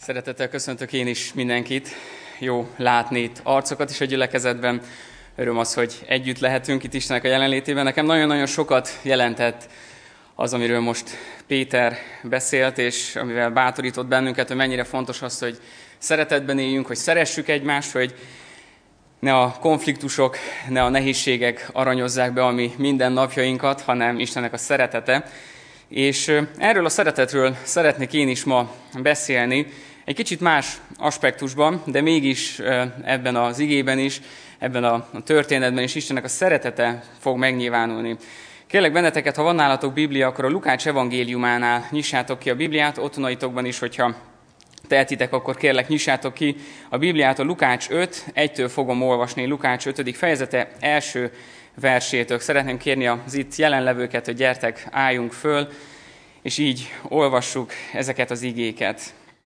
Szeretettel köszöntök én is mindenkit. Jó látni itt arcokat is a gyülekezetben. Öröm az, hogy együtt lehetünk itt Istennek a jelenlétében. Nekem nagyon-nagyon sokat jelentett az, amiről most Péter beszélt, és amivel bátorított bennünket, hogy mennyire fontos az, hogy szeretetben éljünk, hogy szeressük egymást, hogy ne a konfliktusok, ne a nehézségek aranyozzák be a mi mindennapjainkat, hanem Istennek a szeretete. És erről a szeretetről szeretnék én is ma beszélni, egy kicsit más aspektusban, de mégis ebben az igében is, ebben a történetben is Istennek a szeretete fog megnyilvánulni. Kérlek benneteket, ha van nálatok Biblia, akkor a Lukács evangéliumánál nyissátok ki a Bibliát, otthonaitokban is, hogyha tehetitek, akkor kérlek nyissátok ki a Bibliát, a Lukács 5, 1-től fogom olvasni, Lukács 5. fejezete első versétől. Szeretném kérni az itt jelenlevőket, hogy gyertek, álljunk föl, és így olvassuk ezeket az igéket.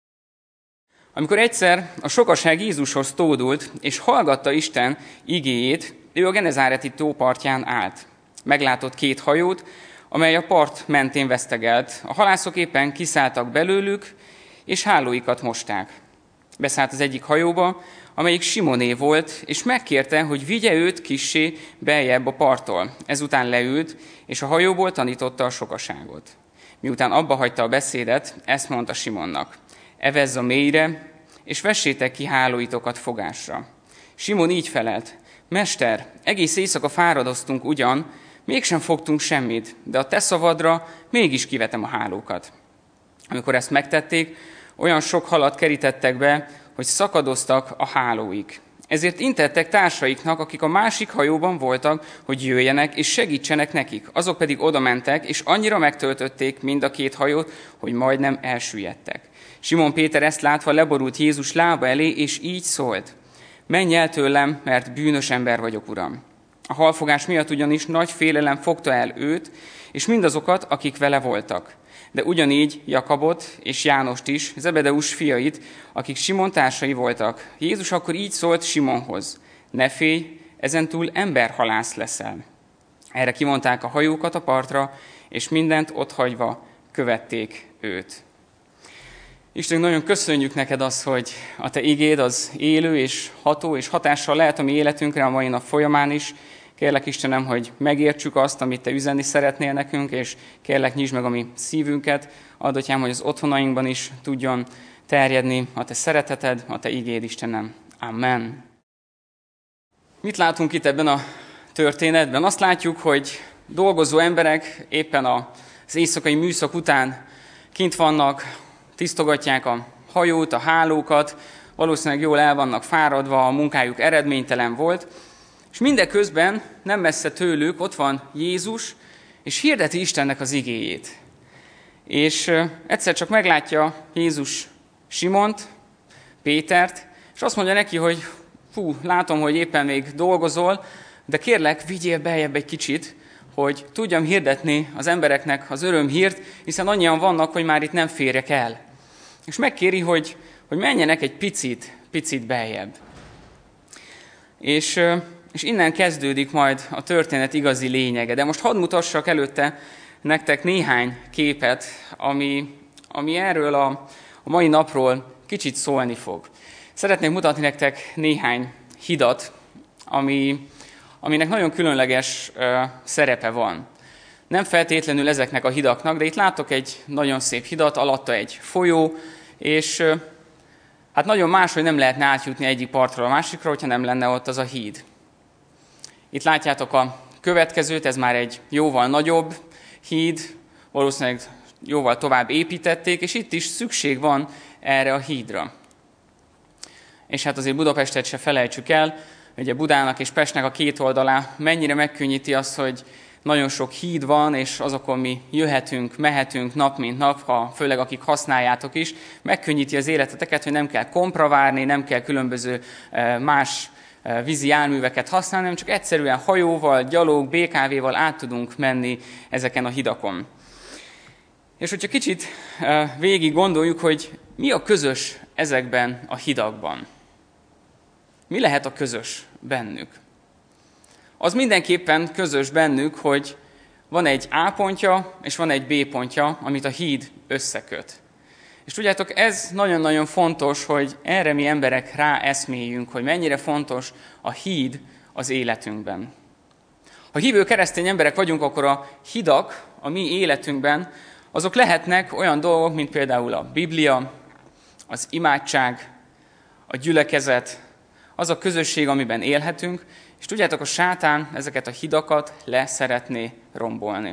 Amikor egyszer a sokaság Jézushoz tódult, és hallgatta Isten igéjét, ő a Genezáreti tó partján állt. Meglátott 2 hajót, amely a part mentén vesztegelt. A halászok éppen kiszálltak belőlük, és hálóikat mosták. Beszállt az egyik hajóba, amelyik Simoné volt, és megkérte, hogy vigye őt kissé beljebb a parttól. Ezután leült, és a hajóból tanította a sokaságot. Miután abba hagyta a beszédet, ezt mondta Simonnak: evezz a mélyre, és vessétek ki hálóitokat fogásra. Simon így felelt: Mester, egész éjszaka fáradoztunk ugyan, mégsem fogtunk semmit, de a te szavadra mégis kivetem a hálókat. Amikor ezt megtették, olyan sok halat kerítettek be, hogy szakadoztak a hálóik. Ezért intettek társaiknak, akik a másik hajóban voltak, hogy jöjjenek és segítsenek nekik. Azok pedig oda mentek, és annyira megtöltötték mind a 2 hajót, hogy majdnem elsüllyedtek. Simon Péter ezt látva leborult Jézus lába elé, és így szólt: menj el tőlem, mert bűnös ember vagyok, Uram. A halfogás miatt ugyanis nagy félelem fogta el őt, és mindazokat, akik vele voltak. De ugyanígy Jakabot és Jánost is, Zebedeus fiait, akik Simon társai voltak. Jézus akkor így szólt Simonhoz: ne félj, ezentúl emberhalász leszel. Erre kimondták a hajókat a partra, és mindent otthagyva követték őt. Istenünk, nagyon köszönjük neked azt, hogy a te igéd az élő és ható, és hatással lehet a mi életünkre a mai nap folyamán is. Kérlek, Istenem, hogy megértsük azt, amit te üzenni szeretnél nekünk, és kérlek, nyisd meg a mi szívünket. Add, Atyám, hogy az otthonainkban is tudjon terjedni a te szereteted, a te igéd, Istenem. Amen. Mit látunk itt ebben a történetben? Azt látjuk, hogy dolgozó emberek éppen az éjszakai műszak után kint vannak, tisztogatják a hajót, a hálókat, valószínűleg jól el vannak fáradva, a munkájuk eredménytelen volt, és mindeközben nem messze tőlük ott van Jézus, és hirdeti Istennek az igéjét. És egyszer csak meglátja Jézus Simont, Pétert, és azt mondja neki, hogy látom, hogy éppen még dolgozol, de kérlek, vigyél beljebb egy kicsit, hogy tudjam hirdetni az embereknek az örömhírt, hiszen annyian vannak, hogy már itt nem férjek el. És megkéri, hogy menjenek egy picit beljebb. És innen kezdődik majd a történet igazi lényege. De most hadd mutassak előtte nektek néhány képet, ami erről a mai napról kicsit szólni fog. Szeretnék mutatni nektek néhány hidat, aminek nagyon különleges szerepe van. Nem feltétlenül ezeknek a hidaknak, de itt látok egy nagyon szép hidat, alatta egy folyó, és hát nagyon máshogy nem lehetne átjutni egyik partról a másikra, hogyha nem lenne ott az a híd. Itt látjátok a következőt, ez már egy jóval nagyobb híd, valószínűleg jóval tovább építették, és itt is szükség van erre a hídra. És hát azért Budapestet se felejtsük el, ugye Budának és Pestnek a 2 oldalá mennyire megkönnyíti azt, hogy nagyon sok híd van, és azokon mi jöhetünk, mehetünk nap mint nap, főleg akik használjátok is, megkönnyíti az életeteket, hogy nem kell kompra várni, nem kell különböző más vízi járműveket használni, hanem csak egyszerűen hajóval, gyalog, BKV-val át tudunk menni ezeken a hidakon. És hogyha kicsit végig gondoljuk, hogy mi a közös ezekben a hidakban. Mi lehet a közös bennük? Az mindenképpen közös bennük, hogy van egy A pontja, és van egy B pontja, amit a híd összeköt. És tudjátok, ez nagyon-nagyon fontos, hogy erre mi emberek ráeszméljünk, hogy mennyire fontos a híd az életünkben. Ha hívő keresztény emberek vagyunk, akkor a hidak a mi életünkben, azok lehetnek olyan dolgok, mint például a Biblia, az imádság, a gyülekezet, az a közösség, amiben élhetünk, és tudjátok, a sátán ezeket a hidakat le szeretné rombolni.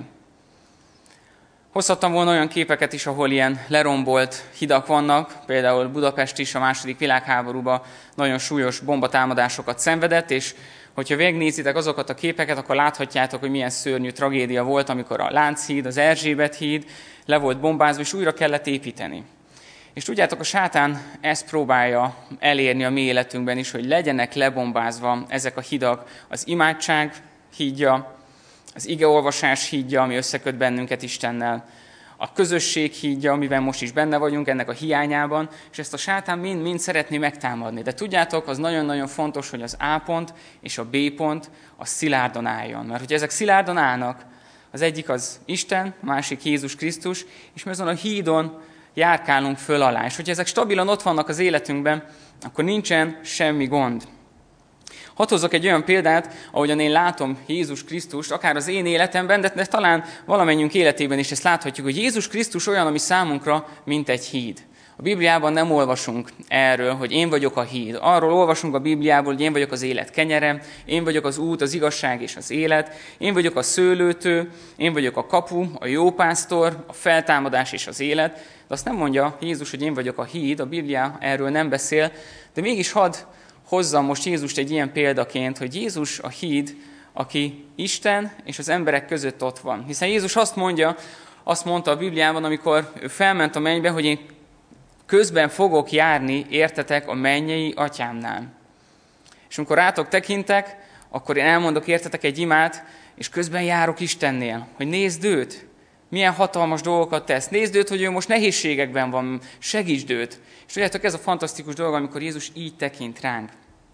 Hozhattam volna olyan képeket is, ahol ilyen lerombolt hidak vannak, például Budapest is a II. Világháborúban nagyon súlyos bombatámadásokat szenvedett, és hogyha végignézitek azokat a képeket, akkor láthatjátok, hogy milyen szörnyű tragédia volt, amikor a Lánchíd, az Erzsébet híd le volt bombázva, és újra kellett építeni. És tudjátok, a sátán ezt próbálja elérni a mi életünkben is, hogy legyenek lebombázva ezek a hidak, az imádság hídja, az igeolvasás hídja, ami összeköt bennünket Istennel, a közösség hídja, amiben most is benne vagyunk, ennek a hiányában, és ezt a sátán mind szeretné megtámadni. De tudjátok, az nagyon-nagyon fontos, hogy az A pont és a B pont az szilárdon álljon. Mert hogyha ezek szilárdon állnak, az egyik az Isten, a másik Jézus Krisztus, és mi azon a hídon járkálunk föl alá. És hogyha ezek stabilan ott vannak az életünkben, akkor nincsen semmi gond. Hadd hozzak egy olyan példát, ahogyan én látom Jézus Krisztust, akár az én életemben, de talán valamennyünk életében is ezt láthatjuk, hogy Jézus Krisztus olyan, ami számunkra, mint egy híd. A Bibliában nem olvasunk erről, hogy én vagyok a híd. Arról olvasunk a Bibliából, hogy én vagyok az élet kenyere, én vagyok az út, az igazság és az élet, én vagyok a szőlőtő, én vagyok a kapu, a jópásztor, a feltámadás és az élet. De azt nem mondja Jézus, hogy én vagyok a híd, a Biblia erről nem beszél, de mégis hadd hozzam most Jézust egy ilyen példaként, hogy Jézus a híd, aki Isten és az emberek között ott van. Hiszen Jézus azt mondta a Bibliában, amikor ő felment a mennybe, hogy én közben fogok járni, értetek, a mennyei atyámnál. És amikor rátok tekintek, akkor én elmondok értetek egy imát, és közben járok Istennél, hogy nézd őt, milyen hatalmas dolgokat tesz. Nézd őt, hogy ő most nehézségekben van, segítsd őt. És tudjátok, ez a fantasztikus dolog, amikor Jézus így tekint ránk.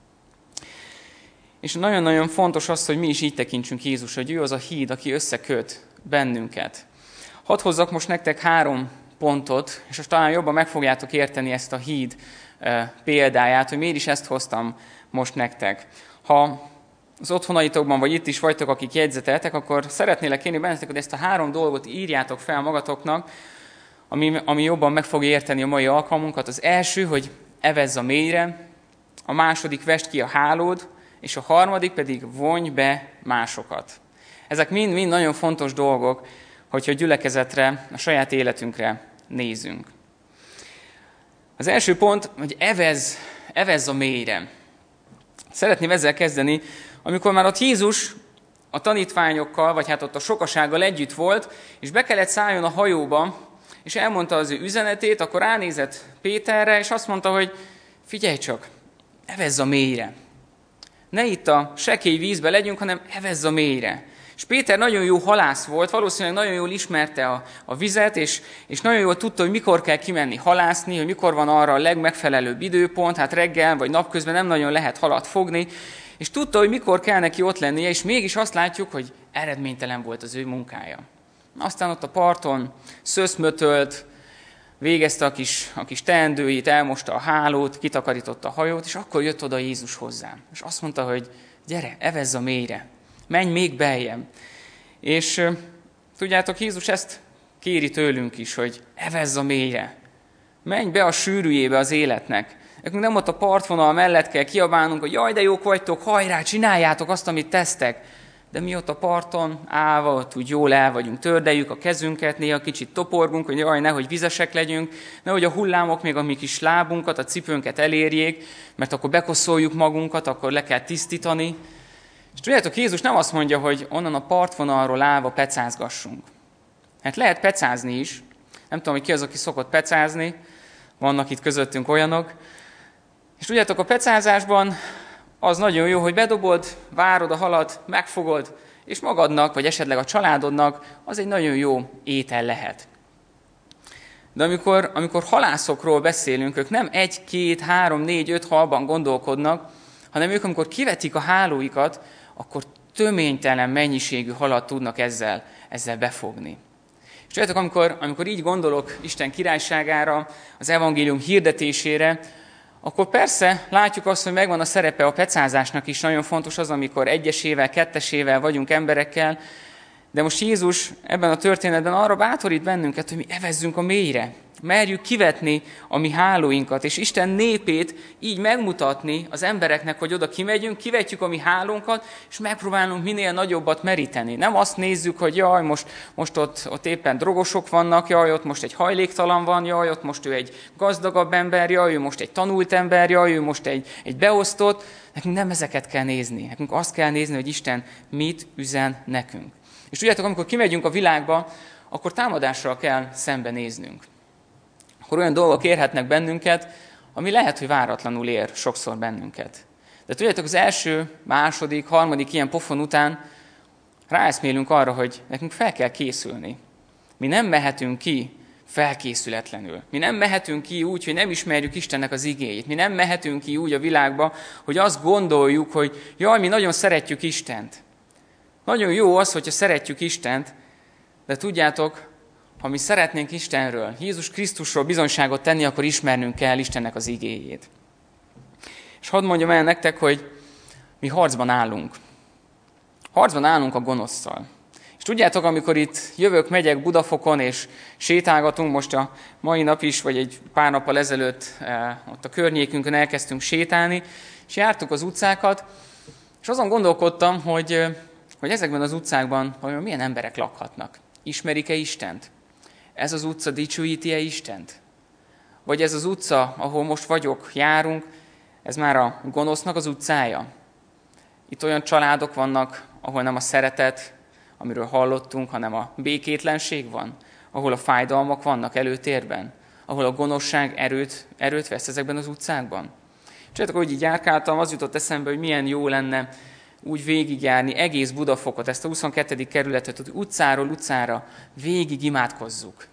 És nagyon-nagyon fontos az, hogy mi is így tekintsünk Jézus, hogy ő az a híd, aki összeköt bennünket. Hadd hozzak most nektek 3 pontot, és most talán jobban meg fogjátok érteni ezt a híd példáját, hogy miért is ezt hoztam most nektek. Ha az otthonaitokban, vagy itt is vagytok, akik jegyzeteltek, akkor szeretnélek kérni bennetek, hogy ezt a 3 dolgot írjátok fel magatoknak, ami jobban meg fog érteni a mai alkalmunkat. Az első, hogy evezz a mélyre, a második, vesd ki a hálód, és a harmadik pedig vonj be másokat. Ezek mind nagyon fontos dolgok, hogyha a gyülekezetre, a saját életünkre nézünk. Az első pont, hogy evezz a mélyre. Szeretném ezzel kezdeni, amikor már ott Jézus a tanítványokkal, vagy hát ott a sokasággal együtt volt, és be kellett szálljon a hajóba, és elmondta az ő üzenetét, akkor ránézett Péterre, és azt mondta, hogy figyelj csak, evezz a mélyre. Ne itt a sekély vízbe legyünk, hanem evezz a mélyre. És Péter nagyon jó halász volt, valószínűleg nagyon jól ismerte a vizet, és nagyon jól tudta, hogy mikor kell kimenni halászni, hogy mikor van arra a legmegfelelőbb időpont, hát reggel vagy napközben nem nagyon lehet halat fogni, és tudta, hogy mikor kell neki ott lennie, és mégis azt látjuk, hogy eredménytelen volt az ő munkája. Aztán ott a parton szöszmötölt, végezte a kis teendőit, elmosta a hálót, kitakarította a hajót, és akkor jött oda Jézus hozzám. És azt mondta, hogy gyere, evezz a mélyre, menj még beljebb. És tudjátok, Jézus ezt kéri tőlünk is, hogy evezz a mélyre. Menj be a sűrűjébe az életnek. Nekünk nem ott a partvonal mellett kell kiabálnunk, hogy jaj, de jók vagytok, hajrá, csináljátok azt, amit tesztek. De mi ott a parton állva, ott úgy jól el vagyunk, tördeljük a kezünket, néha kicsit toporgunk, hogy jaj, nehogy vizesek legyünk, nehogy a hullámok még a mi kis lábunkat, a cipőnket elérjék, mert akkor bekoszoljuk magunkat, akkor le kell tisztítani. És tudjátok, Jézus nem azt mondja, hogy onnan a partvonalról állva pecázgassunk. Hát lehet pecázni is. Nem tudom, hogy ki az, aki szokott pecázni. Vannak itt közöttünk olyanok. És tudjátok, a pecázásban az nagyon jó, hogy bedobod, várod a halat, megfogod, és magadnak, vagy esetleg a családodnak az egy nagyon jó étel lehet. De amikor halászokról beszélünk, ők nem 1, 2, 3, 4, 5 halban gondolkodnak, hanem ők, amikor kivetik a hálóikat, akkor töménytelen mennyiségű halat tudnak ezzel befogni. És tudjátok, amikor így gondolok Isten királyságára, az evangélium hirdetésére, akkor persze látjuk azt, hogy megvan a szerepe a pecázásnak is, nagyon fontos az, amikor egyesével, kettesével vagyunk emberekkel, de most Jézus ebben a történetben arra bátorít bennünket, hogy mi evezzünk a mélyre. Merjük kivetni a mi hálóinkat, és Isten népét így megmutatni az embereknek, hogy oda kimegyünk, kivetjük a mi hálónkat, és megpróbálunk minél nagyobbat meríteni. Nem azt nézzük, hogy jaj, most ott éppen drogosok vannak, jaj, ott most egy hajléktalan van, jaj, ott most ő egy gazdagabb ember, jaj, ő most egy tanult ember, jaj, ő most egy beosztott. Nekünk nem ezeket kell nézni. Nekünk azt kell nézni, hogy Isten mit üzen nekünk. És tudjátok, amikor kimegyünk a világba, akkor támadással kell szembenéznünk. Akkor olyan dolgok érhetnek bennünket, ami lehet, hogy váratlanul ér sokszor bennünket. De tudjátok, az első, második, harmadik ilyen pofon után ráeszmélünk arra, hogy nekünk fel kell készülni. Mi nem mehetünk ki felkészületlenül. Mi nem mehetünk ki úgy, hogy nem ismerjük Istennek az igéjét. Mi nem mehetünk ki úgy a világba, hogy azt gondoljuk, hogy jaj, mi nagyon szeretjük Istent. Nagyon jó az, hogyha szeretjük Istent, de tudjátok, ha mi szeretnénk Istenről, Jézus Krisztusról bizonyságot tenni, akkor ismernünk kell Istennek az igéjét. És hadd mondjam el nektek, hogy mi harcban állunk. Harcban állunk a gonoszszal. És tudjátok, amikor itt megyek Budafokon, és sétálgatunk, most a mai nap is, vagy egy pár nappal ezelőtt ott a környékünkön elkezdtünk sétálni, és jártuk az utcákat, és azon gondolkodtam, hogy ezekben az utcákban milyen emberek lakhatnak. Ismerik-e Istent? Ez az utca dicsőíti-e Istent? Vagy ez az utca, ahol most vagyok, járunk, ez már a gonosznak az utcája? Itt olyan családok vannak, ahol nem a szeretet, amiről hallottunk, hanem a békétlenség van, ahol a fájdalmak vannak előtérben, ahol a gonoszság erőt vesz ezekben az utcákban. És tudjátok, hogy így járkáltam, az jutott eszembe, hogy milyen jó lenne úgy végigjárni egész Budafokot, ezt a 22. kerületet, hogy utcáról utcára végig imádkozzuk.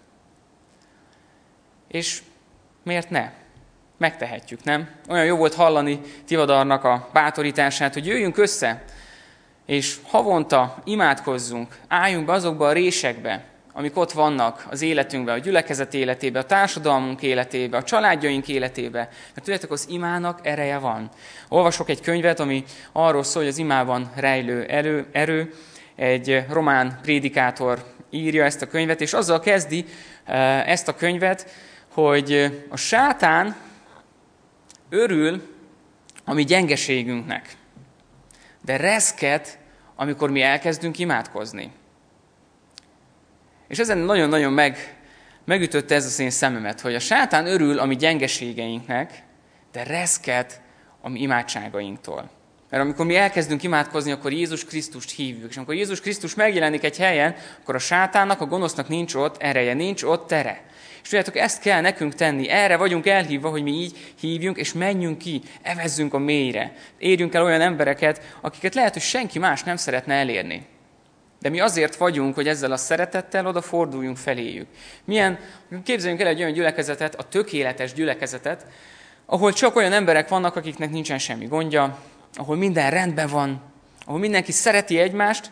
És miért ne? Megtehetjük, nem? Olyan jó volt hallani Tivadarnak a bátorítását, hogy jöjjünk össze, és havonta imádkozzunk, álljunk be azokba a résekbe, amik ott vannak az életünkben, a gyülekezet életébe, a társadalmunk életébe, a családjaink életébe. Mert tudjátok, az imának ereje van. Olvasok egy könyvet, ami arról szól, hogy az imában rejlő erő. Egy román prédikátor írja ezt a könyvet, és azzal kezdi ezt a könyvet, hogy a sátán örül a mi gyengeségünknek, de reszket, amikor mi elkezdünk imádkozni. És ezen nagyon-nagyon megütötte ez az én szememet, hogy a sátán örül a mi gyengeségeinknek, de reszket a mi imádságainktól. Mert amikor mi elkezdünk imádkozni, akkor Jézus Krisztust hívjuk. És amikor Jézus Krisztus megjelenik egy helyen, akkor a sátánnak, a gonosznak nincs ott ereje, nincs ott tere. És tudjátok, ezt kell nekünk tenni. Erre vagyunk elhívva, hogy mi így hívjunk, és menjünk ki, evezzünk a mélyre. Érjünk el olyan embereket, akiket lehet, hogy senki más nem szeretne elérni. De mi azért vagyunk, hogy ezzel a szeretettel odaforduljunk feléjük. Képzeljünk el egy olyan gyülekezetet, a tökéletes gyülekezetet, ahol csak olyan emberek vannak, akiknek nincsen semmi gondja, ahol minden rendben van, ahol mindenki szereti egymást.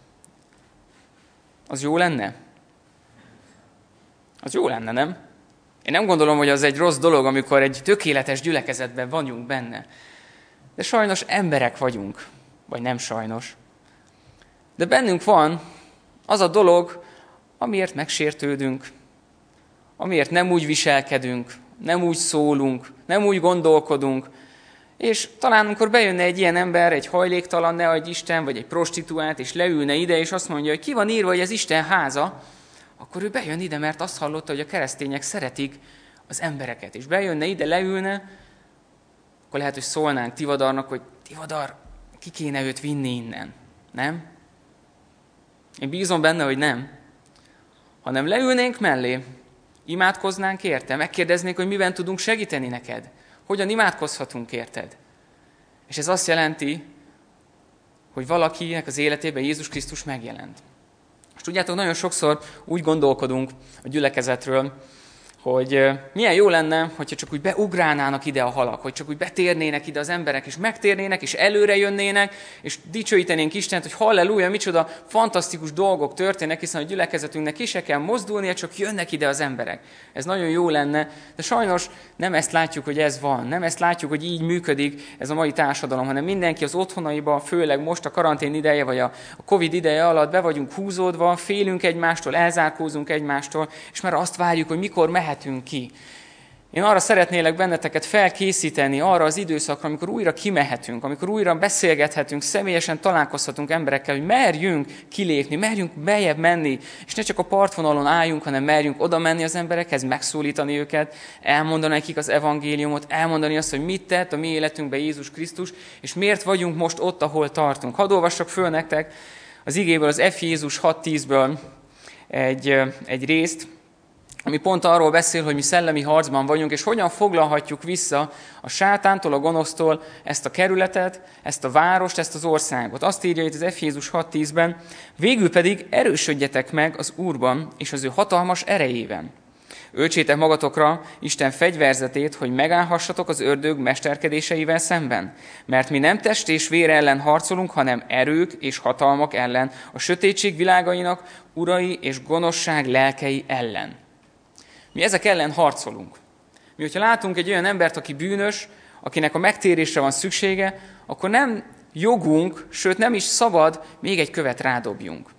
Az jó lenne? Az jó lenne, nem? Én nem gondolom, hogy az egy rossz dolog, amikor egy tökéletes gyülekezetben vagyunk benne. De sajnos emberek vagyunk. Vagy nem sajnos. De bennünk van az a dolog, amiért megsértődünk, amiért nem úgy viselkedünk, nem úgy szólunk, nem úgy gondolkodunk, és talán amikor bejönne egy ilyen ember, egy hajléktalan, ne adj Isten, vagy egy prostituált, és leülne ide, és azt mondja, hogy ki van írva, hogy ez Isten háza, akkor ő bejön ide, mert azt hallotta, hogy a keresztények szeretik az embereket. És bejönne ide, leülne, akkor lehet, hogy szólnánk Tivadarnak, hogy Tivadar, ki kéne őt vinni innen, nem? Én bízom benne, hogy nem. Hanem leülnénk mellé, imádkoznánk érte, megkérdeznék, hogy miben tudunk segíteni neked. Hogyan imádkozhatunk érted? És ez azt jelenti, hogy valakinek az életében Jézus Krisztus megjelent. És tudjátok, nagyon sokszor úgy gondolkodunk a gyülekezetről, hogy milyen jó lenne, hogyha csak úgy beugrálnának ide a halak, hogy csak úgy betérnének ide az emberek, és megtérnének, és előre jönnének, és dicsőítenénk Istent, hogy halleluja, micsoda fantasztikus dolgok történnek, hiszen a gyülekezetünknek ki se kell mozdulnia, csak jönnek ide az emberek. Ez nagyon jó lenne, de sajnos nem ezt látjuk, hogy ez van, nem ezt látjuk, hogy így működik ez a mai társadalom, hanem mindenki az otthonaiba, főleg most a karantén ideje, vagy a Covid ideje alatt be vagyunk húzódva, félünk egymástól, elzárkózunk egymástól, és már azt várjuk, hogy mikor mehetünk ki. Én arra szeretnélek benneteket felkészíteni, arra az időszakra, amikor újra kimehetünk, amikor újra beszélgethetünk, személyesen találkozhatunk emberekkel, hogy merjünk kilépni, merjünk beljebb menni, és ne csak a partvonalon álljunk, hanem merjünk oda menni az emberekhez, megszólítani őket, elmondani nekik az evangéliumot, elmondani azt, hogy mit tett a mi életünkben Jézus Krisztus, és miért vagyunk most ott, ahol tartunk. Hadd olvassak föl nektek az igéből, az F. Jézus 6.10-ből egy részt, ami pont arról beszél, hogy mi szellemi harcban vagyunk, és hogyan foglalhatjuk vissza a sátántól, a gonosztól ezt a kerületet, ezt a várost, ezt az országot. Azt írja itt az F. Jézus 6.10-ben, végül pedig erősödjetek meg az Úrban és az ő hatalmas erejében. Öltsétek magatokra Isten fegyverzetét, hogy megállhassatok az ördög mesterkedéseivel szemben. Mert mi nem test és vér ellen harcolunk, hanem erők és hatalmak ellen, a sötétség világainak urai és gonoszság lelkei ellen. Mi ezek ellen harcolunk. Mi, hogyha látunk egy olyan embert, aki bűnös, akinek a megtérésre van szüksége, akkor nem jogunk, sőt nem is szabad még egy követ rádobjunk.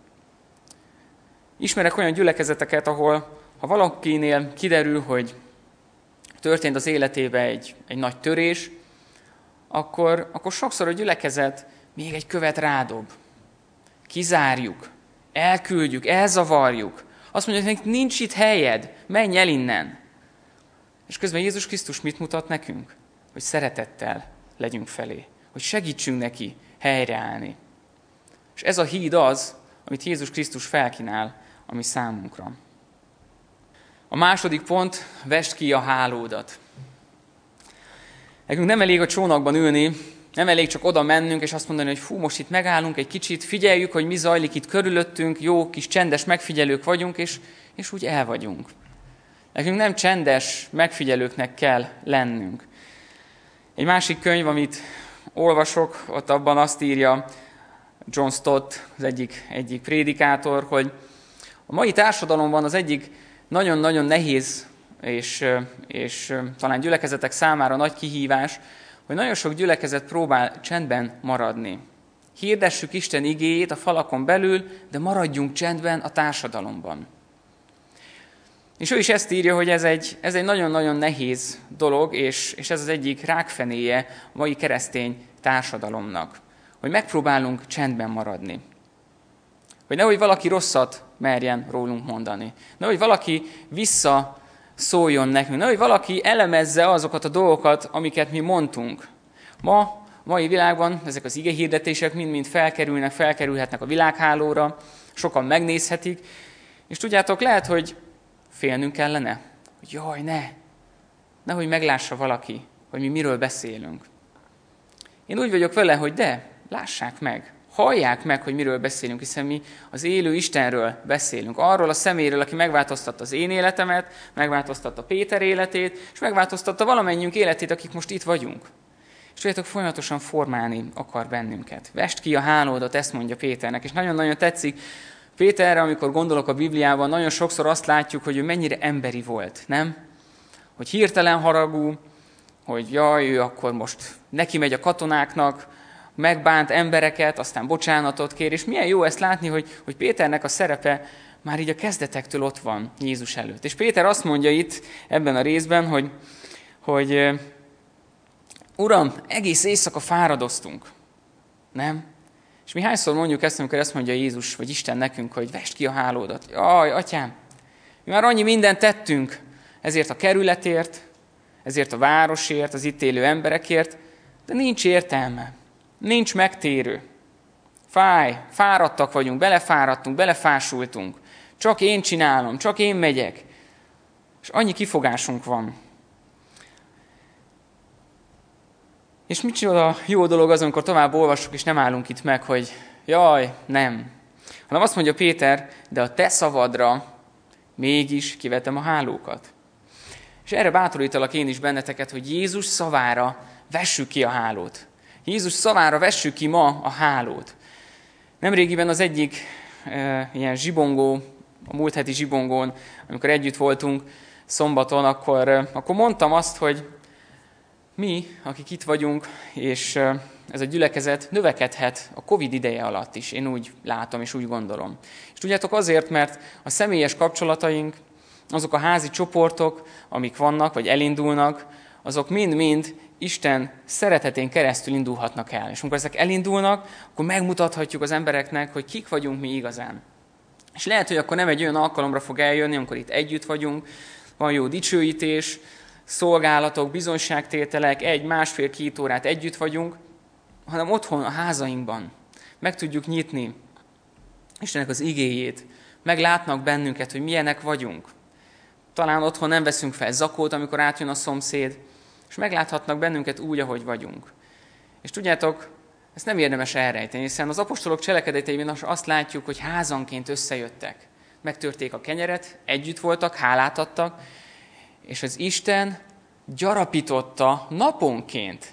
Ismerek olyan gyülekezeteket, ahol ha valakinél kiderül, hogy történt az életébe egy nagy törés, akkor sokszor a gyülekezet még egy követ rádob. Kizárjuk, elküldjük, elzavarjuk. Azt mondja, hogy nincs itt helyed, menj el innen. És közben Jézus Krisztus mit mutat nekünk? Hogy szeretettel legyünk felé, hogy segítsünk neki helyreállni. És ez a híd az, amit Jézus Krisztus felkínál a mi számunkra. A második pont, vesd ki a hálódat. Nekünk nem elég a csónakban ülni, nem elég csak oda mennünk, és azt mondani, hogy fú, most itt megállunk egy kicsit, figyeljük, hogy mi zajlik itt körülöttünk, jó kis csendes megfigyelők vagyunk, és úgy el vagyunk. Nekünk nem csendes megfigyelőknek kell lennünk. Egy másik könyv, amit olvasok, ott abban azt írja John Stott, az egyik prédikátor, hogy a mai társadalomban az egyik nagyon-nagyon nehéz és talán gyülekezetek számára nagy kihívás, hogy nagyon sok gyülekezet próbál csendben maradni. Hirdessük Isten igéjét a falakon belül, de maradjunk csendben a társadalomban. És ő is ezt írja, hogy ez egy nagyon-nagyon nehéz dolog, és ez az egyik rákfenéje a mai keresztény társadalomnak, hogy megpróbálunk csendben maradni. Hogy nehogy valaki rosszat merjen rólunk mondani. Nehogy valaki visszaszóljon nekünk. Nehogy valaki elemezze azokat a dolgokat, amiket mi mondtunk. Mai világban ezek az igehirdetések mind-mind felkerülhetnek a világhálóra, sokan megnézhetik, és tudjátok, lehet, hogy félnünk kellene, hogy jaj, nehogy meglássa valaki, hogy mi miről beszélünk. Én úgy vagyok vele, hogy lássák meg, hallják meg, hogy miről beszélünk, hiszen mi az élő Istenről beszélünk. Arról a személyről, aki megváltoztatta az én életemet, megváltoztatta Péter életét, és megváltoztatta valamennyiünk életét, akik most itt vagyunk. És tudjátok, folyamatosan formálni akar bennünket. Vesd ki a hálódat, ezt mondja Péternek, és nagyon-nagyon tetszik. Péterre, amikor gondolok a Bibliában, nagyon sokszor azt látjuk, hogy ő mennyire emberi volt, nem? Hogy hirtelen haragú, hogy jaj, ő akkor most neki megy a katonáknak, megbánt embereket, aztán bocsánatot kér, és milyen jó ezt látni, hogy Péternek a szerepe már így a kezdetektől ott van Jézus előtt. És Péter azt mondja itt, ebben a részben, hogy Uram, egész éjszaka fáradoztunk, nem? És mi hányszor mondjuk ezt, amikor ezt mondja Jézus, vagy Isten nekünk, hogy vesd ki a hálódat. Jaj, atyám, mi már annyi mindent tettünk ezért a kerületért, ezért a városért, az itt élő emberekért, de nincs értelme, nincs megtérő. Fáradtak vagyunk, belefáradtunk, belefásultunk. Csak én csinálom, csak én megyek. És annyi kifogásunk van. És micsoda jó dolog az, amikor tovább olvassuk, és nem állunk itt meg, hogy jaj, nem. Hanem azt mondja Péter, de a te szavadra mégis kivetem a hálókat. És erre bátorítalak én is benneteket, hogy Jézus szavára vessük ki a hálót. Jézus szavára vessük ki ma a hálót. Nemrégiben az egyik ilyen zsibongó, a múlt heti zsibongón, amikor együtt voltunk szombaton, akkor mondtam azt, hogy mi, akik itt vagyunk, és ez a gyülekezet növekedhet a Covid ideje alatt is. Én úgy látom és úgy gondolom. És tudjátok azért, mert a személyes kapcsolataink, azok a házi csoportok, amik vannak, vagy elindulnak, azok mind-mind Isten szeretetén keresztül indulhatnak el. És amikor ezek elindulnak, akkor megmutathatjuk az embereknek, hogy kik vagyunk mi igazán. És lehet, hogy akkor nem egy olyan alkalomra fog eljönni, amikor itt együtt vagyunk, van jó dicsőítés, szolgálatok, bizonyságtételek, 1-1,5-2 órát együtt vagyunk, hanem otthon, a házainkban meg tudjuk nyitni Istennek az igéjét, meglátnak bennünket, hogy milyenek vagyunk. Talán otthon nem veszünk fel zakót, amikor átjön a szomszéd, és megláthatnak bennünket úgy, ahogy vagyunk. És tudjátok, ezt nem érdemes elrejteni, hiszen az apostolok cselekedeteiben azt látjuk, hogy házanként összejöttek. Megtörték a kenyeret, együtt voltak, hálát adtak, és az Isten gyarapította naponként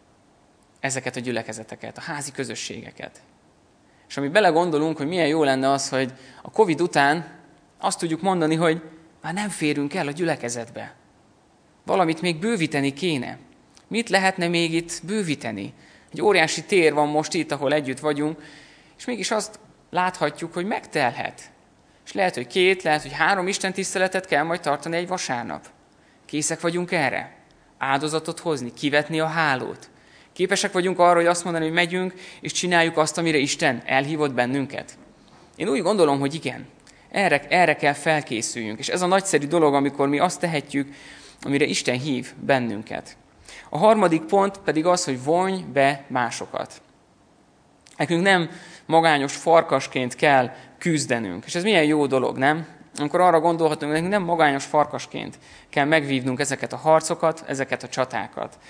ezeket a gyülekezeteket, a házi közösségeket. És ami belegondolunk, hogy milyen jó lenne az, hogy a Covid után azt tudjuk mondani, hogy már nem férünk el a gyülekezetbe. Valamit még bővíteni kéne. Mit lehetne még itt bővíteni? Egy óriási tér van most itt, ahol együtt vagyunk, és mégis azt láthatjuk, hogy megtelhet. És lehet, hogy 2, lehet, hogy 3 istentiszteletet kell majd tartani egy vasárnap. Készek vagyunk erre? Áldozatot hozni, kivetni a hálót. Képesek vagyunk arra, hogy azt mondani, hogy megyünk, és csináljuk azt, amire Isten elhívott bennünket. Én úgy gondolom, hogy igen. Erre kell felkészüljünk. És ez a nagyszerű dolog, amikor mi azt tehetjük, amire Isten hív bennünket. A harmadik pont pedig az, hogy vonj be másokat. Nekünk nem magányos farkasként kell küzdenünk. És ez milyen jó dolog, nem? Amikor arra gondolhatunk, hogy nekünk nem magányos farkasként kell megvívnunk ezeket a harcokat, ezeket a csatákat.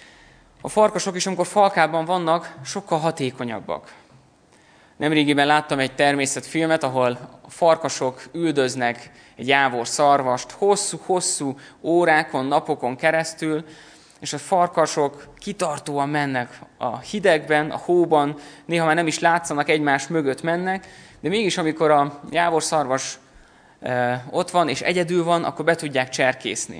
A farkasok is, amikor falkában vannak, sokkal hatékonyabbak. Nemrégiben láttam egy természetfilmet, ahol a farkasok üldöznek egy jávor szarvast hosszú-hosszú órákon, napokon keresztül, és a farkasok kitartóan mennek a hidegben, a hóban, néha már nem is látszanak, egymás mögött mennek, de mégis amikor a jávor szarvas ott van és egyedül van, akkor be tudják cserkészni.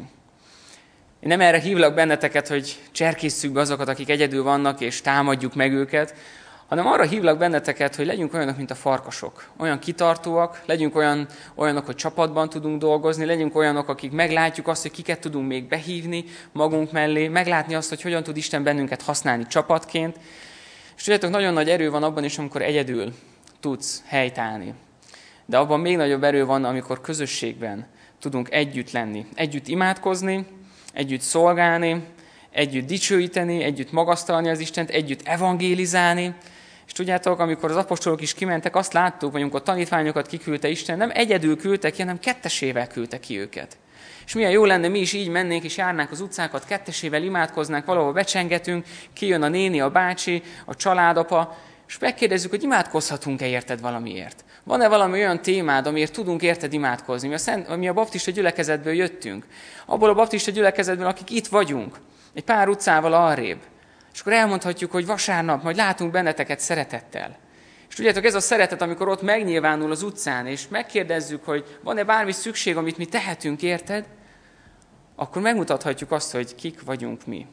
Én nem erre hívlak benneteket, hogy cserkésszük be azokat, akik egyedül vannak, és támadjuk meg őket, hanem arra hívlak benneteket, hogy legyünk olyanok, mint a farkasok. Olyan kitartóak, legyünk olyanok, hogy csapatban tudunk dolgozni, legyünk olyanok, akik meglátjuk azt, hogy kiket tudunk még behívni magunk mellé, meglátni azt, hogy hogyan tud Isten bennünket használni csapatként. És tudjátok, nagyon nagy erő van abban is, amikor egyedül tudsz helytállni. De abban még nagyobb erő van, amikor közösségben tudunk együtt lenni, együtt imádkozni, együtt szolgálni, együtt dicsőíteni, együtt magasztalni az Istent, együtt evangélizálni. És tudjátok, amikor az apostolok is kimentek, azt láttuk, hogy amikor tanítványokat kiküldte Isten, nem egyedül küldte ki, hanem kettesével küldte ki őket. És milyen jó lenne, mi is így mennénk, és járnánk az utcákat, kettesével imádkoznánk, valahol becsengetünk, kijön a néni, a bácsi, a családapa, és megkérdezzük, hogy imádkozhatunk-e érted valamiért. Van-e valami olyan témád, amiért tudunk érted imádkozni? Mi a baptista gyülekezetből jöttünk. Abból a baptista gyülekezetből, akik itt vagyunk, egy pár utcával arrébb. És akkor elmondhatjuk, hogy vasárnap majd látunk benneteket szeretettel. És tudjátok, ez a szeretet, amikor ott megnyilvánul az utcán, és megkérdezzük, hogy van-e bármi szükség, amit mi tehetünk, érted? Akkor megmutathatjuk azt, hogy kik vagyunk mi.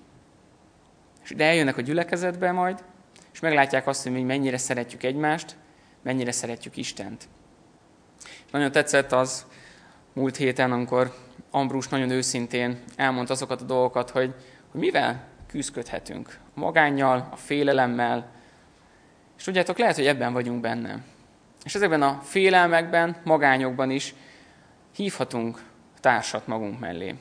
És ide eljönnek a gyülekezetbe majd, és meglátják azt, hogy mi mennyire szeretjük egymást, mennyire szeretjük Istent. És nagyon tetszett az múlt héten, amikor Ambrus nagyon őszintén elmondta azokat a dolgokat, hogy mivel küzdködhetünk. A magánnyal, a félelemmel. És tudjátok, lehet, hogy ebben vagyunk benne. És ezekben a félelmekben, magányokban is hívhatunk társat magunk mellé.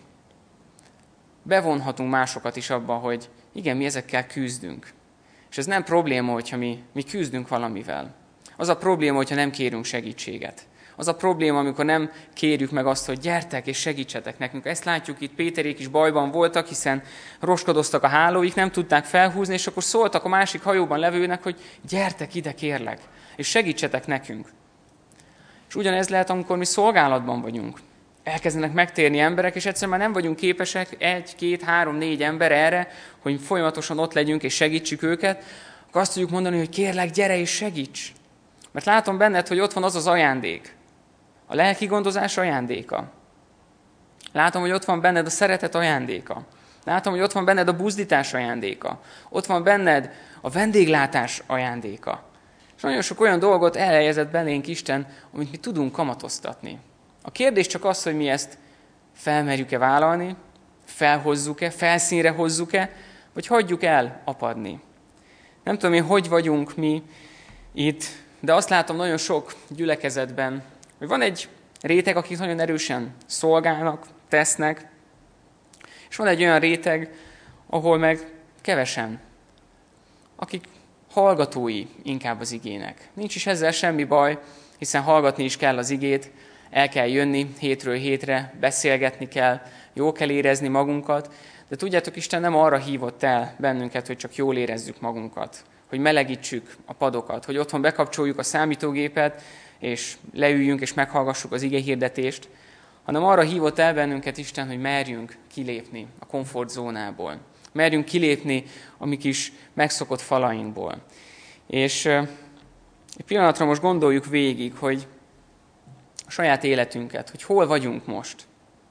Bevonhatunk másokat is abba, hogy igen, mi ezekkel küzdünk. És ez nem probléma, hogyha mi küzdünk valamivel. Az a probléma, hogyha nem kérünk segítséget. Az a probléma, amikor nem kérjük meg azt, hogy gyertek és segítsetek nekünk. Ezt látjuk itt, Péterék is bajban voltak, hiszen roskadoztak a hálóik, nem tudták felhúzni, és akkor szóltak a másik hajóban levőnek, hogy gyertek ide kérlek, és segítsetek nekünk. És ugyanez lehet, amikor mi szolgálatban vagyunk. Elkezdenek megtérni emberek, és egyszerűen már nem vagyunk képesek 1, 2, 3, 4 ember erre, hogy folyamatosan ott legyünk és segítsük őket, akkor azt tudjuk mondani, hogy kérlek, gyere és segíts. Mert látom benned, hogy ott van az az ajándék. A lelki gondozás ajándéka. Látom, hogy ott van benned a szeretet ajándéka. Látom, hogy ott van benned a buzdítás ajándéka. Ott van benned a vendéglátás ajándéka. És nagyon sok olyan dolgot elhelyezett belénk Isten, amit mi tudunk kamatoztatni. A kérdés csak az, hogy mi ezt felmerjük-e vállalni, felhozzuk-e, felszínre hozzuk-e, vagy hagyjuk el apadni. Nem tudom én, hogy vagyunk mi itt, de azt látom nagyon sok gyülekezetben, hogy van egy réteg, akik nagyon erősen szolgálnak, tesznek, és van egy olyan réteg, ahol meg kevesen, akik hallgatói inkább az igének. Nincs is ezzel semmi baj, hiszen hallgatni is kell az igét, el kell jönni hétről hétre, beszélgetni kell, jól kell érezni magunkat, de tudjátok, Isten nem arra hívott el bennünket, hogy csak jól érezzük magunkat, hogy melegítsük a padokat, hogy otthon bekapcsoljuk a számítógépet, és leüljünk és meghallgassuk az igehirdetést, hanem arra hívott el bennünket Isten, hogy merjünk kilépni a komfortzónából. Merjünk kilépni a mi kis megszokott falainkból. És egy pillanatra most gondoljuk végig, hogy a saját életünket, hogy hol vagyunk most.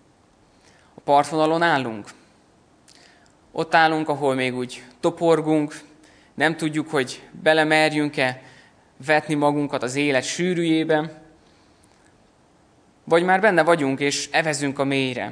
A partvonalon állunk. Ott állunk, ahol még úgy toporgunk, nem tudjuk, hogy belemerjünk-e vetni magunkat az élet sűrűjébe, vagy már benne vagyunk, és evezünk a mélyre.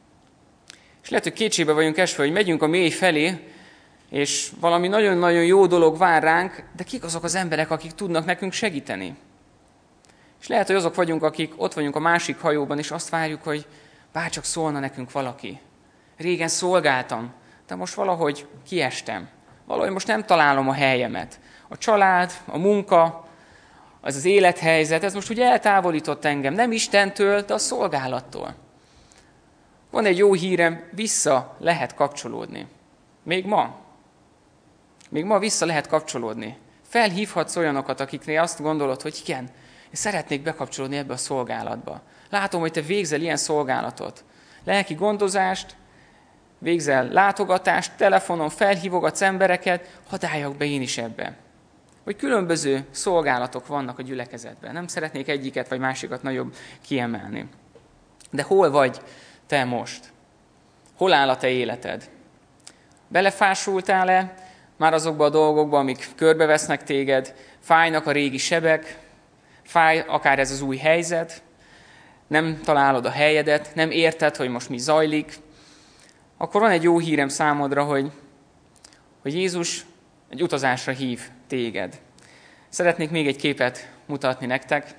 És lehet, hogy kétségbe vagyunk esve, hogy megyünk a mély felé, és valami nagyon-nagyon jó dolog vár ránk, de kik azok az emberek, akik tudnak nekünk segíteni? És lehet, hogy azok vagyunk, akik ott vagyunk a másik hajóban, és azt várjuk, hogy bárcsak szólna nekünk valaki. Régen szolgáltam, de most valahogy kiestem. Valahogy most nem találom a helyemet. A család, a munka, az élethelyzet, ez most ugye eltávolított engem. Nem Istentől, de a szolgálattól. Van egy jó hírem, vissza lehet kapcsolódni. Még ma. Még ma vissza lehet kapcsolódni. Felhívhatsz olyanokat, akiknél azt gondolod, hogy igen, én szeretnék bekapcsolódni ebbe a szolgálatba. Látom, hogy te végzel ilyen szolgálatot. Lelki gondozást, végzel látogatást, telefonon felhívogatsz embereket, hadd álljak be én is ebbe. Hogy különböző szolgálatok vannak a gyülekezetben. Nem szeretnék egyiket vagy másikat nagyobb kiemelni. De hol vagy te most? Hol áll a te életed? Belefásultál-e már azokba a dolgokba, amik körbevesznek téged? Fájnak a régi sebek? Fáj akár ez az új helyzet? Nem találod a helyedet? Nem érted, hogy most mi zajlik? Akkor van egy jó hírem számodra, hogy Jézus egy utazásra hív téged. Szeretnék még egy képet mutatni nektek.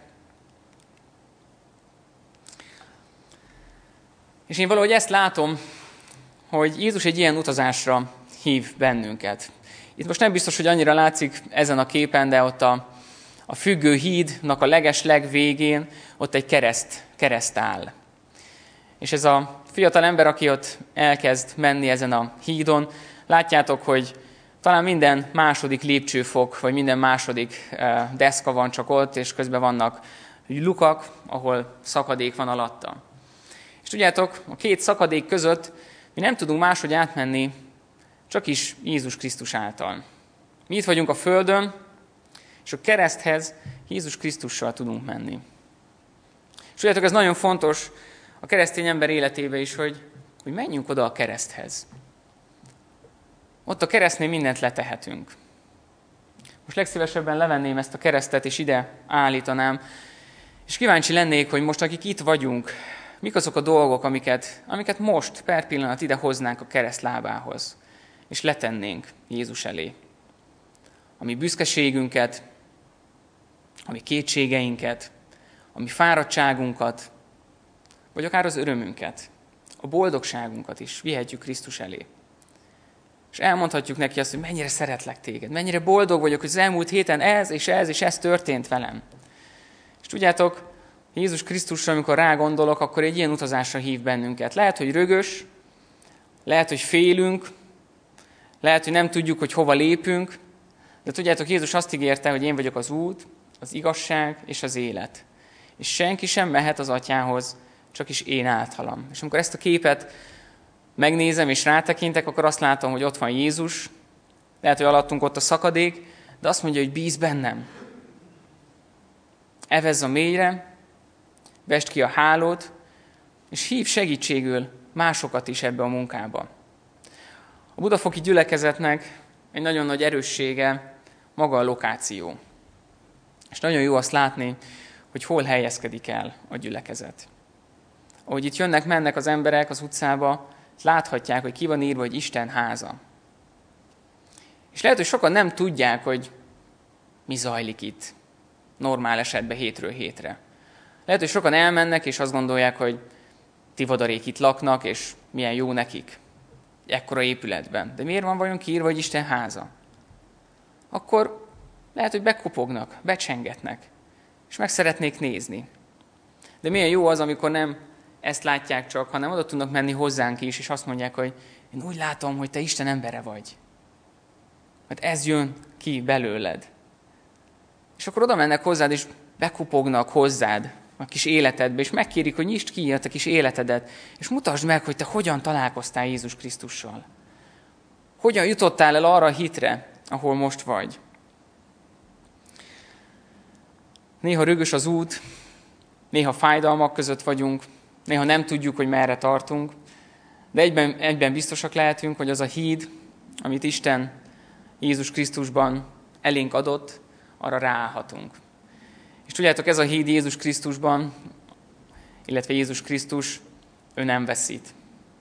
És én valahogy ezt látom, hogy Jézus egy ilyen utazásra hív bennünket. Itt most nem biztos, hogy annyira látszik ezen a képen, de ott a függő hídnak a legvégén ott egy kereszt áll. És ez a fiatal ember, aki ott elkezd menni ezen a hídon, látjátok, hogy talán minden második lépcsőfok, vagy minden második deszka van csak ott, és közben vannak lukak, ahol szakadék van alatta. És tudjátok, a két szakadék között mi nem tudunk máshogy átmenni, csak is Jézus Krisztus által. Mi itt vagyunk a földön, és a kereszthez Jézus Krisztussal tudunk menni. És tudjátok, ez nagyon fontos a keresztény ember életébe is, hogy menjünk oda a kereszthez. Ott a keresztnél mindent letehetünk. Most legszívesebben levenném ezt a keresztet, és ide állítanám, és kíváncsi lennék, hogy most, akik itt vagyunk, mik azok a dolgok, amiket most per pillanat ide hoznánk a kereszt lábához, és letennénk Jézus elé. A mi büszkeségünket, a mi kétségeinket, a mi fáradtságunkat, vagy akár az örömünket, a boldogságunkat is vihetjük Krisztus elé. És elmondhatjuk neki azt, hogy mennyire szeretlek téged, mennyire boldog vagyok, hogy az elmúlt héten ez és ez történt velem. És tudjátok, Jézus Krisztusra, amikor rágondolok, akkor egy ilyen utazásra hív bennünket. Lehet, hogy rögös, lehet, hogy félünk, lehet, hogy nem tudjuk, hogy hova lépünk, de tudjátok, Jézus azt ígérte, hogy én vagyok az út, az igazság és az élet. És senki sem mehet az Atyához, csak is én általam. És amikor ezt a képet megnézem és rátekintek, akkor azt látom, hogy ott van Jézus, lehet, hogy alattunk ott a szakadék, de azt mondja, hogy bíz bennem. Evezz a mélyre, vesd ki a hálót, és hív segítségül másokat is ebbe a munkába. A budafoki gyülekezetnek egy nagyon nagy erőssége maga a lokáció. És nagyon jó azt látni, hogy hol helyezkedik el a gyülekezet. Ahogy itt jönnek-mennek az emberek az utcába, láthatják, hogy ki van írva, hogy Isten háza. És lehet, hogy sokan nem tudják, hogy mi zajlik itt, normál esetben hétről hétre. Lehet, hogy sokan elmennek, és azt gondolják, hogy tivadarék itt laknak, és milyen jó nekik ekkora épületben. De miért van vajon kiírva, hogy Isten háza? Akkor lehet, hogy bekopognak, becsengetnek, és meg szeretnék nézni. De milyen jó az, amikor nem ezt látják csak, hanem oda tudnak menni hozzánk is, és azt mondják, hogy én úgy látom, hogy te Isten embere vagy. Mert ez jön ki belőled. És akkor oda mennek hozzád, és bekopognak hozzád a kis életedbe, és megkérik, hogy nyisd ki a te kis életedet, és mutasd meg, hogy te hogyan találkoztál Jézus Krisztussal. Hogyan jutottál el arra a hitre, ahol most vagy. Néha rögös az út, néha fájdalmak között vagyunk, néha nem tudjuk, hogy merre tartunk, de egyben biztosak lehetünk, hogy az a híd, amit Isten Jézus Krisztusban elénk adott, arra ráállhatunk. És tudjátok, ez a híd Jézus Krisztusban, illetve Jézus Krisztus, ő nem veszít.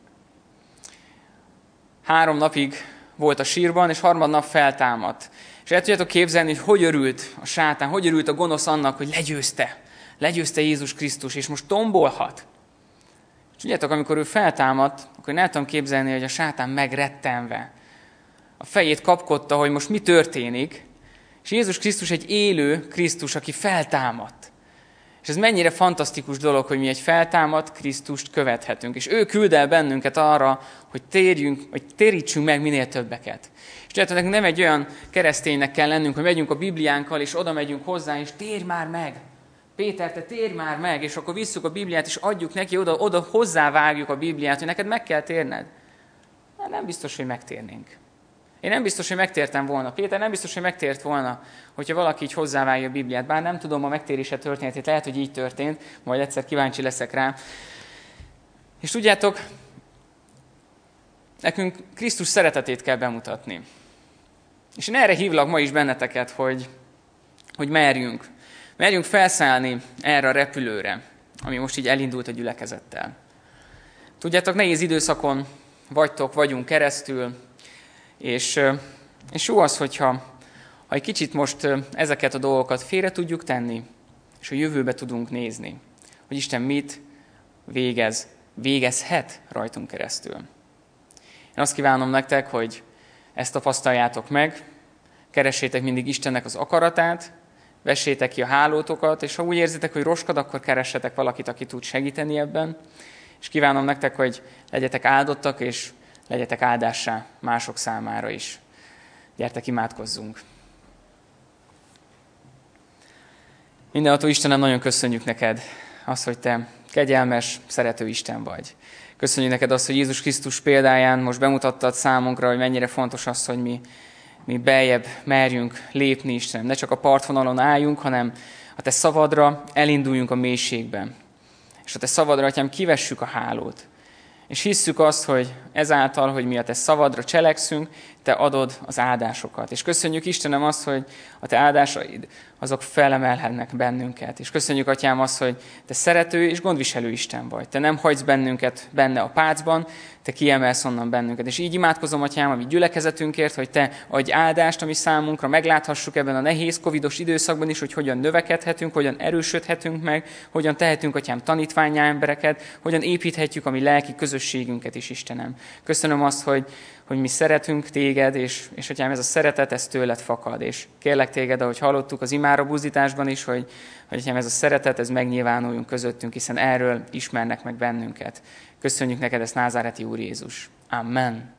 3 napig volt a sírban, és harmadnap feltámadt. És el tudjátok képzelni, hogy örült a sátán, hogy örült a gonosz annak, hogy legyőzte Jézus Krisztus, és most tombolhat. És tudjátok, amikor ő feltámadt, akkor én el tudom képzelni, hogy a sátán megrettenve a fejét kapkodta, hogy most mi történik, és Jézus Krisztus egy élő Krisztus, aki feltámadt. És ez mennyire fantasztikus dolog, hogy mi egy feltámadt Krisztust követhetünk. És ő küld el bennünket arra, hogy térítsünk meg minél többeket. És tudjátok, nekünk nem egy olyan kereszténynek kell lennünk, hogy megyünk a Bibliánkkal, és oda megyünk hozzá, és térj már meg! Péter, te térj már meg! És akkor visszük a Bibliát, és adjuk neki, oda hozzávágjuk a Bibliát, hogy neked meg kell térned. Nem biztos, hogy megtérnénk. Én nem biztos, hogy megtértem volna. Péter nem biztos, hogy megtért volna, hogyha valaki így hozzávágja a Bibliát. Bár nem tudom a megtérése történetét, lehet, hogy így történt, majd egyszer kíváncsi leszek rá. És tudjátok, nekünk Krisztus szeretetét kell bemutatni. És én erre hívlak ma is benneteket, hogy merjünk felszállni erre a repülőre, ami most így elindult a gyülekezettel. Tudjátok, nehéz időszakon vagyunk keresztül, és jó az, hogyha egy kicsit most ezeket a dolgokat félre tudjuk tenni, és a jövőbe tudunk nézni, hogy Isten mit végezhet rajtunk keresztül. Én azt kívánom nektek, hogy ezt tapasztaljátok meg, keressétek mindig Istennek az akaratát, vessétek ki a hálótokat, és ha úgy érzitek, hogy roskad, akkor keressetek valakit, aki tud segíteni ebben, és kívánom nektek, hogy legyetek áldottak, és legyetek áldássá mások számára is. Gyertek, imádkozzunk! Mindenható Istenem, nagyon köszönjük neked azt, hogy te kegyelmes, szerető Isten vagy. Köszönjük neked azt, hogy Jézus Krisztus példáján most bemutattad számunkra, hogy mennyire fontos az, hogy mi beljebb merjünk lépni, Istenem. Ne csak a partvonalon álljunk, hanem a te szavadra elinduljunk a mélységben. És a te szavadra, Atyám, kivessük a hálót. És hisszük azt, hogy ezáltal, hogy mi a te szavadra cselekszünk, te adod az áldásokat. És köszönjük, Istenem, azt, hogy a te áldásaid, azok felemelhetnek bennünket. És köszönjük, Atyám, azt, hogy te szerető és gondviselő Isten vagy. Te nem hagysz bennünket benne a pácban, te kiemelsz onnan bennünket. És így imádkozom, Atyám, a mi gyülekezetünkért, hogy te adj áldást, ami számunkra, megláthassuk ebben a nehéz, covidos időszakban is, hogy hogyan növekedhetünk, hogyan erősödhetünk meg, hogyan tehetünk, Atyám, tanítvánnyá embereket, hogyan építhetjük a mi lelki közösségünket is, Istenem. Köszönöm azt, hogy mi szeretünk téged, és Atyám, ez a szeretet, ez tőled fakad. És kérlek téged, ahogy hallottuk az imára buzdításban is, hogy Atyám, ez a szeretet, ez megnyilvánuljunk közöttünk, hiszen erről ismernek meg bennünket. Köszönjük neked ezt, názáreti Úr Jézus. Amen.